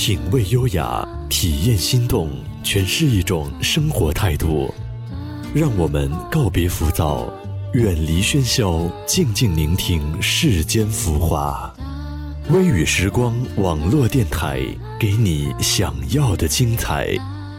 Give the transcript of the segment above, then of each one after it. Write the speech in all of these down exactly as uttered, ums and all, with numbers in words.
品味优雅，体验心动，全是一种生活态度。让我们告别浮躁，远离喧嚣，静静聆听世间浮华。微雨时光网络电台，给你想要的精彩。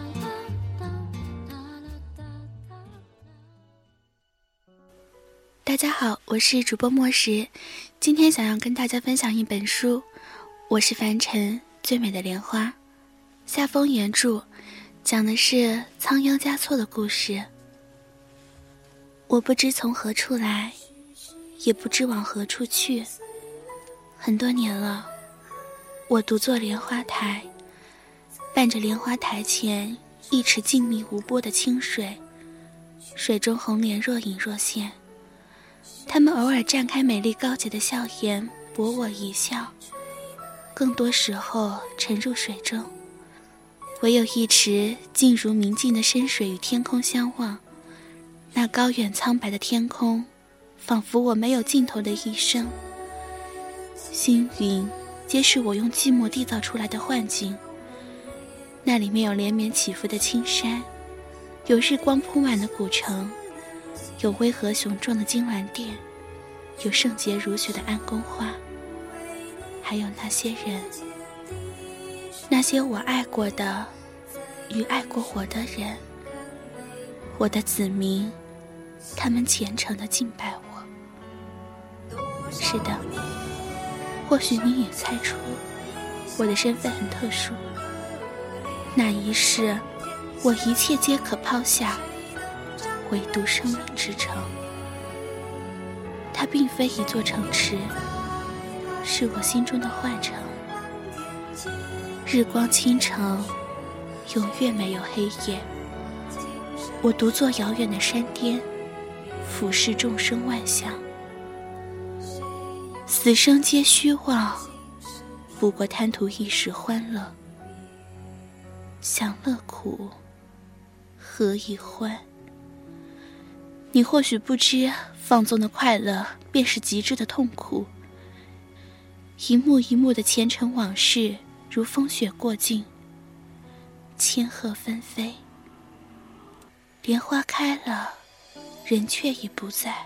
大家好，我是主播莫石，今天想要跟大家分享一本书，我是凡尘最美的莲花。夏风原著，讲的是仓央嘉措的故事。我不知从何处来，也不知往何处去。很多年了，我独坐莲花台，伴着莲花台前一池静谧无波的清水，水中红莲若隐若现。他们偶尔绽开美丽高洁的笑颜，博我一笑，更多时候沉入水中。唯有一池静如明镜的深水与天空相望，那高远苍白的天空，仿佛我没有尽头的一生。星云皆是我用寂寞缔造出来的幻境，那里面有连绵起伏的青山，有日光铺满的古城，有巍峨雄壮的金銮殿，有圣洁如雪的安宫花，还有那些人，那些我爱过的与爱过我的人，我的子民，他们虔诚地敬拜我。是的，或许你也猜出我的身份很特殊。那一世，我一切皆可抛下，唯独生命之城。它并非一座城池，是我心中的幻城。日光倾城，永远没有黑夜。我独坐遥远的山巅，俯视众生万象。死生皆虚妄，不过贪图一时欢乐。享乐苦，何以欢？你或许不知，放纵的快乐便是极致的痛苦。一幕一幕的前尘往事，如风雪过境，千鹤纷飞。莲花开了，人却已不在。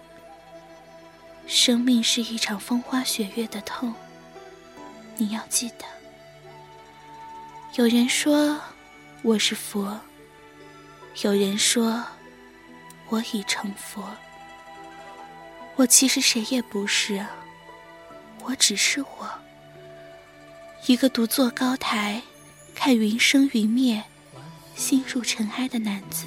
生命是一场风花雪月的痛，你要记得。有人说我是佛，有人说我已成佛。我其实谁也不是，我只是我，一个独坐高台，看云生云灭，心入尘埃的男子。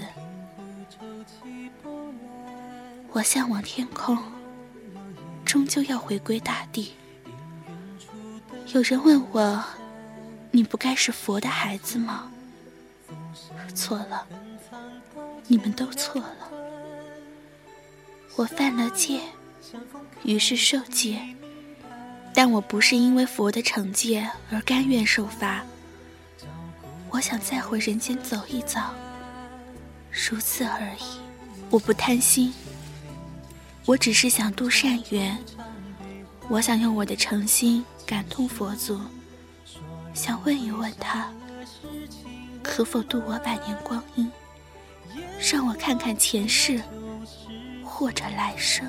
我向往天空，终究要回归大地。有人问我，你不该是佛的孩子吗？错了，你们都错了。我犯了戒，于是受戒，但我不是因为佛的惩戒而甘愿受罚。我想再回人间走一走，如此而已。我不贪心，我只是想度善缘。我想用我的诚心感动佛祖，想问一问他，可否度我百年光阴，让我看看前世或者来生。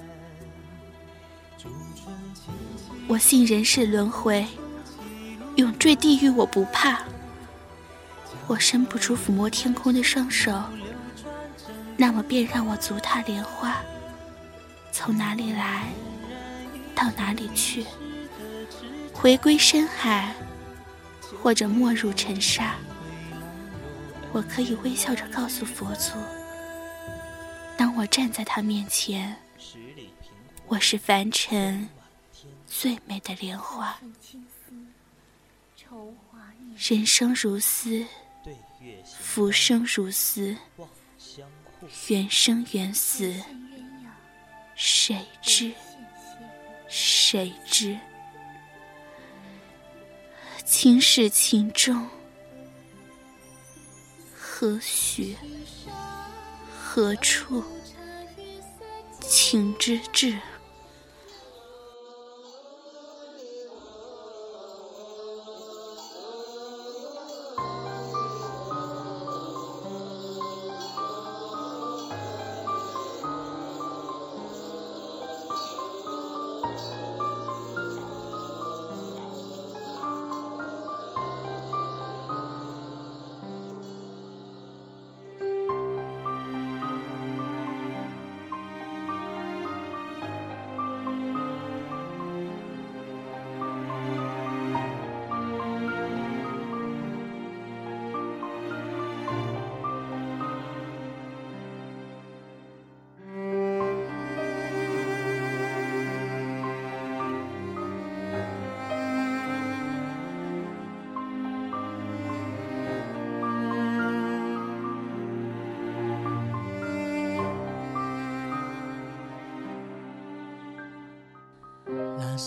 我信人世轮回，永坠地狱我不怕。我伸不出抚摸天空的双手，那么便让我足踏莲花，从哪里来到哪里去，回归深海，或者没入尘沙。我可以微笑着告诉佛祖，当我站在他面前，我是凡尘最美的莲花。人生如斯，浮生如斯，缘生缘死，谁知谁知？情始情终，何许何处？情之至。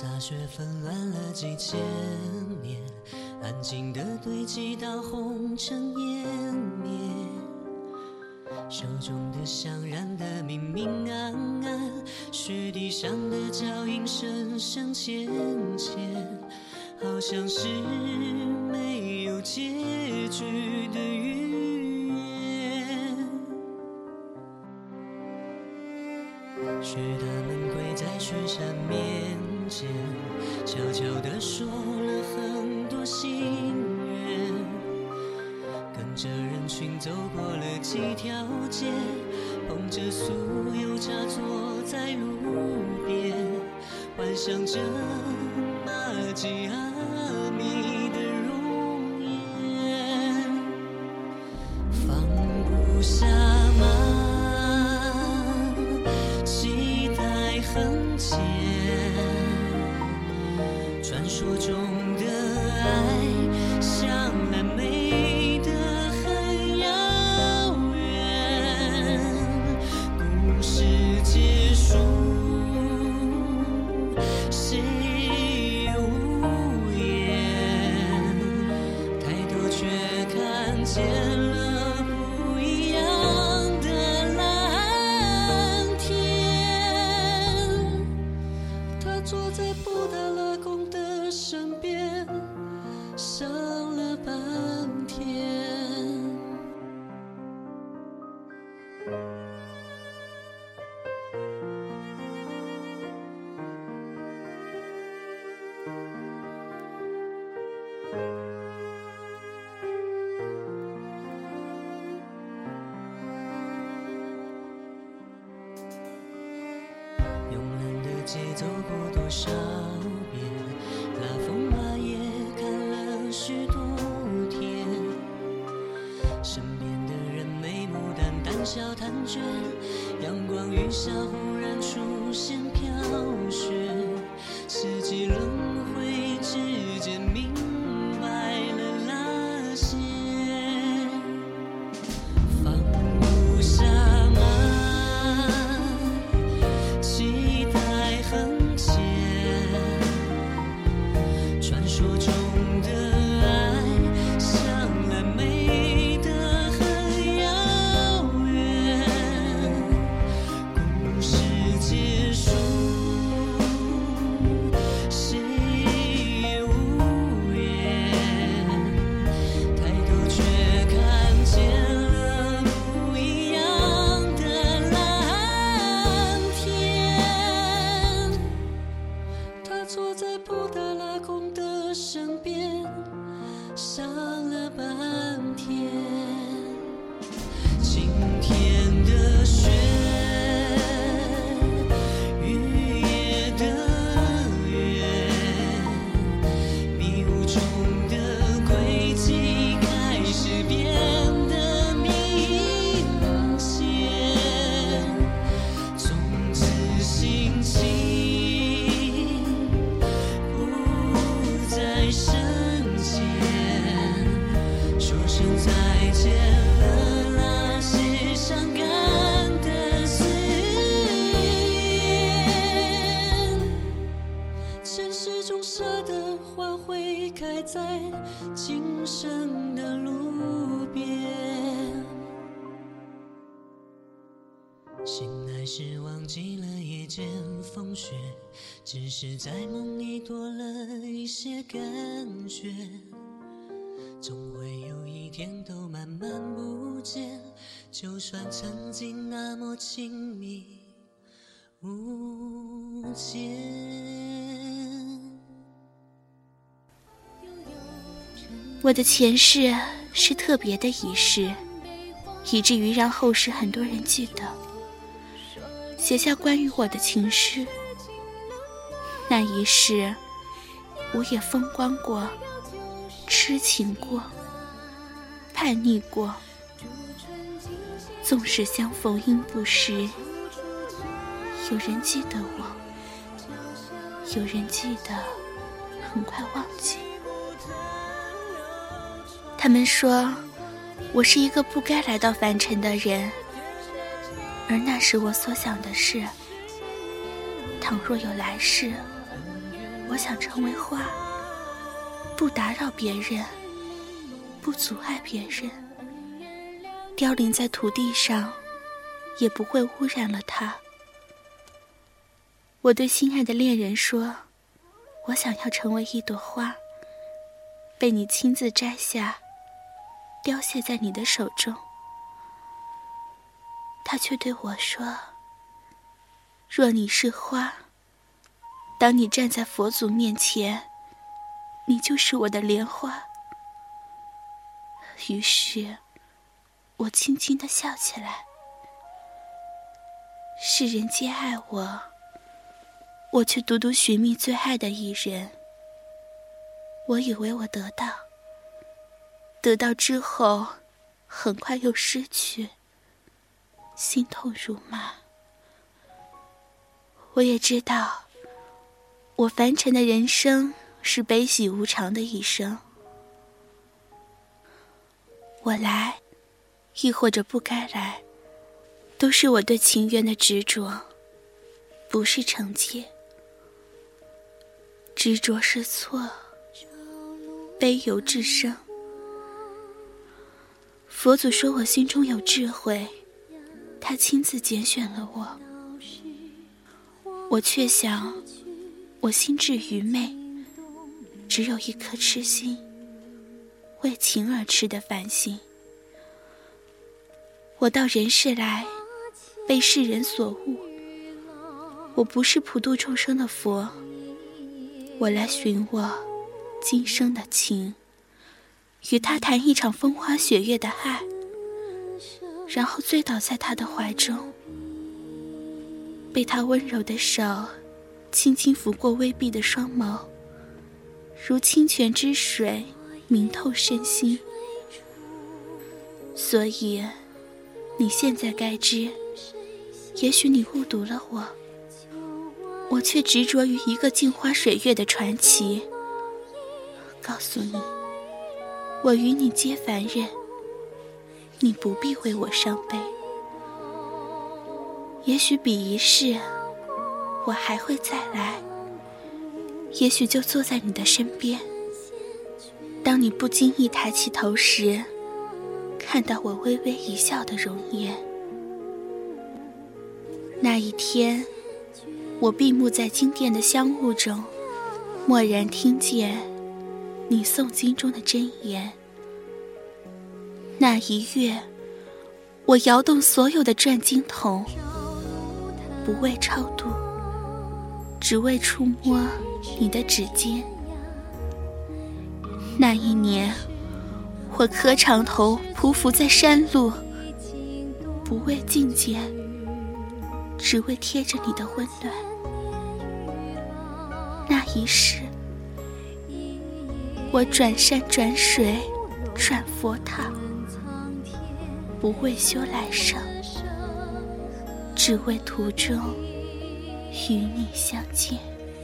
洒雪纷乱了几千年，安静地堆积到红尘湮灭，手中的香燃得明明暗暗，雪地上的脚印深深浅浅，好像是没有结局的语言。雪大门跪在雪山面前，悄悄地说了很多心愿，跟着人群走过了几条街，捧着酥油茶坐在路边，幻想着玛吉阿米的容颜，放不下吗？期待很浅，传说中的爱像蓝莓的很遥远，故事结束谁也无言，抬头却看见了不一样的蓝天。他坐在布达拉宫的身边，想了半天。慵懒的街走过多少遍，拉风花叶看了许多天，身边的人眉目淡淡笑谈倦，阳光雨下忽然出现飘雪，四季轮回之间明白了那些，放不下吗？期待很浅，传说中的爱像蓝莓的很遥远，故事结束谁也无言，抬头却看见了不一样的蓝天。他坐在布达拉宫的身边，想了半天。晴天的雪，雨夜的月，迷雾中的轨迹开始变得明显，从此心情不再深浅，说声再见了那些伤感的字眼，前世种下的花会开在今生的路边，醒来时忘记了夜间风雪，只是在梦里多了一些感觉，总会有一天都慢慢不见，就算曾经那么亲密无间。 我的前世是特别的一世，以至于让后世很多人记得，写下关于我的情诗。那一世，我也风光过，痴情过，叛逆过，纵使相逢应不识，有人记得我，有人记得很快忘记。他们说我是一个不该来到凡尘的人，而那时我所想的是，倘若有来世， 我想成为花，不打扰别人，不阻碍别人，凋零在土地上，也不会污染了它。我对心爱的恋人说，我想要成为一朵花，被你亲自摘下，凋谢在你的手中。他却对我说，若你是花，当你站在佛祖面前，你就是我的莲花。于是我轻轻地笑起来。世人皆爱我，我却独独寻觅最爱的一人。我以为我得到，得到之后很快又失去，心痛如麻。我也知道，我凡尘的人生是悲喜无常的一生。我来，亦或者不该来，都是我对情缘的执着，不是惩戒。执着是错，悲由自生。佛祖说我心中有智慧，他亲自拣选了我。我却想，我心智愚昧，只有一颗痴心，为情而痴的凡心。我到人世来，被世人所误。我不是普度众生的佛，我来寻我今生的情，与他谈一场风花雪月的爱，然后醉倒在他的怀中，被他温柔的手轻轻拂过微闭的双眸，如清泉之水明透身心。所以你现在该知，也许你误读了我，我却执着于一个镜花水月的传奇。告诉你，我与你皆凡人，你不必为我伤悲。也许彼一世我还会再来，也许就坐在你的身边，当你不经意抬起头时，看到我微微一笑的容颜。那一天，我闭目在经殿的香雾中，蓦然听见你诵经中的真言。那一月，我摇动所有的转经筒，不为超度，只为触摸你的指尖。那一年，我磕长头匍匐在山路，不为觐见，只为贴着你的温暖。那一世，我转山转水转佛塔，不为修来生，只为途中与你相见。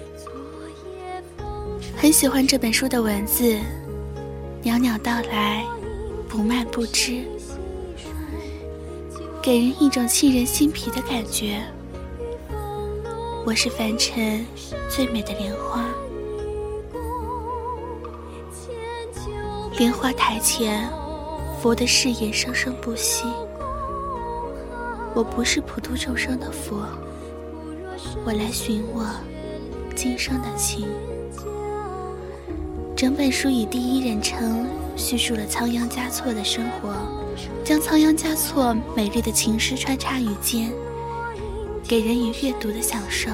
很喜欢这本书的文字，袅袅到来，不慢不知，给人一种沁人心脾的感觉。我是凡尘最美的莲花，莲花台前，佛的誓言生生不息。我不是普度众生的佛，我来寻我今生的情。整本书以第一人称叙述了仓央嘉措的生活，将仓央嘉措美丽的情诗穿插于间，给人以阅读的享受。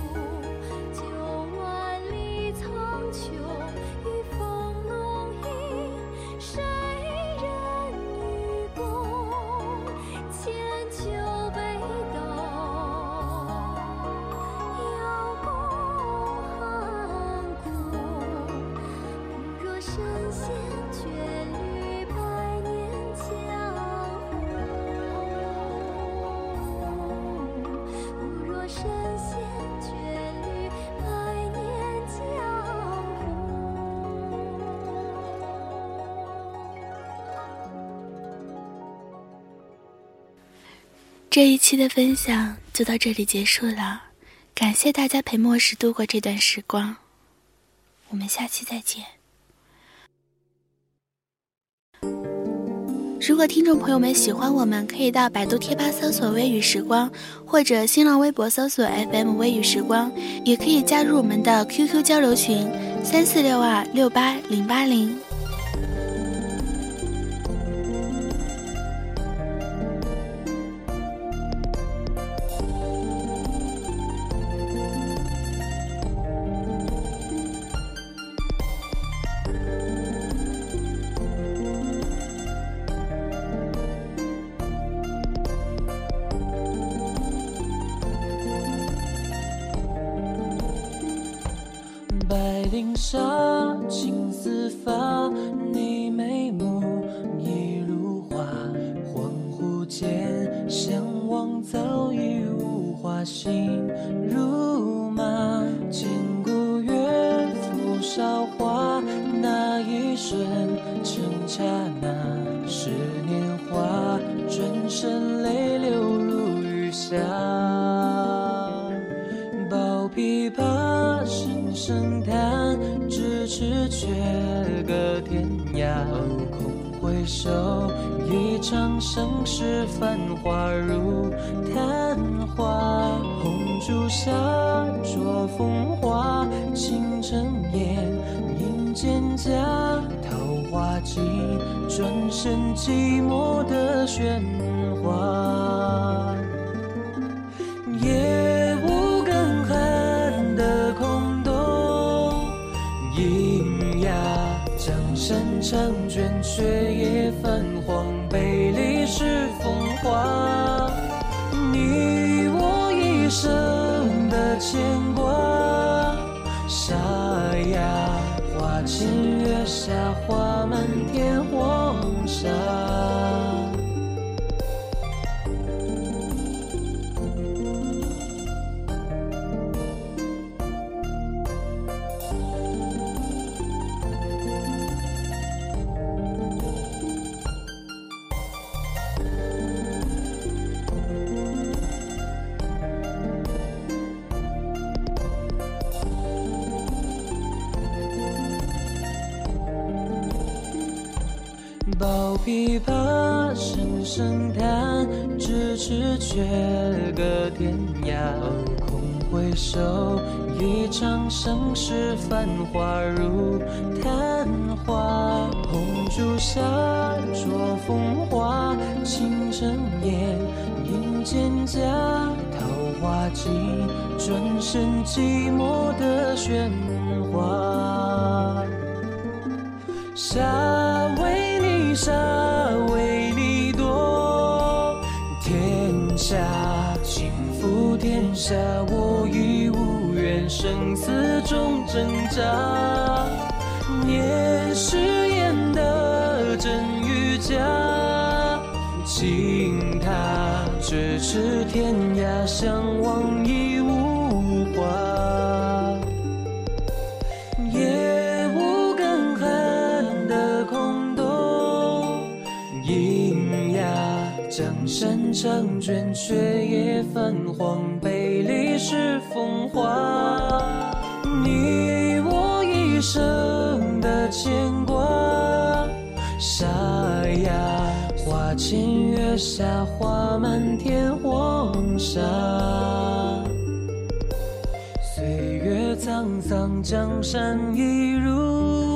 这一期的分享就到这里结束了，感谢大家陪墨石度过这段时光， 我们下期再见。如果听众朋友们喜欢我们，可以到百度贴吧搜索微雨时光，或者新浪微博搜索 F M 微雨时光，也可以加入我们的 Q Q 交流群三四六二六八零八零。 白绫纱，青丝发，你眉目一如画。恍惚间，相望早已无话，心如麻。千古月，浮韶华，那一瞬成刹那。是年华，转身泪流如雨下。抱琵琶，声声弹，咫尺却隔天涯。空回首，一场盛世繁华如昙花。红烛下，灼风华，倾城烟，映蒹葭。桃花尽，转身寂寞的喧哗。夜无更寒的空洞，喑哑江山长卷，却也泛黄，杯里是风华。你我一生的牵挂，沙哑花前月下，花满天黄沙。抱琵琶，声声弹，咫尺却隔天涯。空回首，一场盛世繁华如昙花。红烛下，灼风华，倾城烟，映蒹葭。桃花尽，转身寂寞的喧哗。沙为你沙，为你夺，天下倾覆天下，我已无缘生死中挣扎。念誓言的真与假，情他咫尺天涯，相望已无话。夜无更寒的空洞，喑哑江山长卷，却也泛黄，杯里是风华。你我一生的牵挂，沙哑花前月下，花满天黄沙。岁月沧桑，江山一如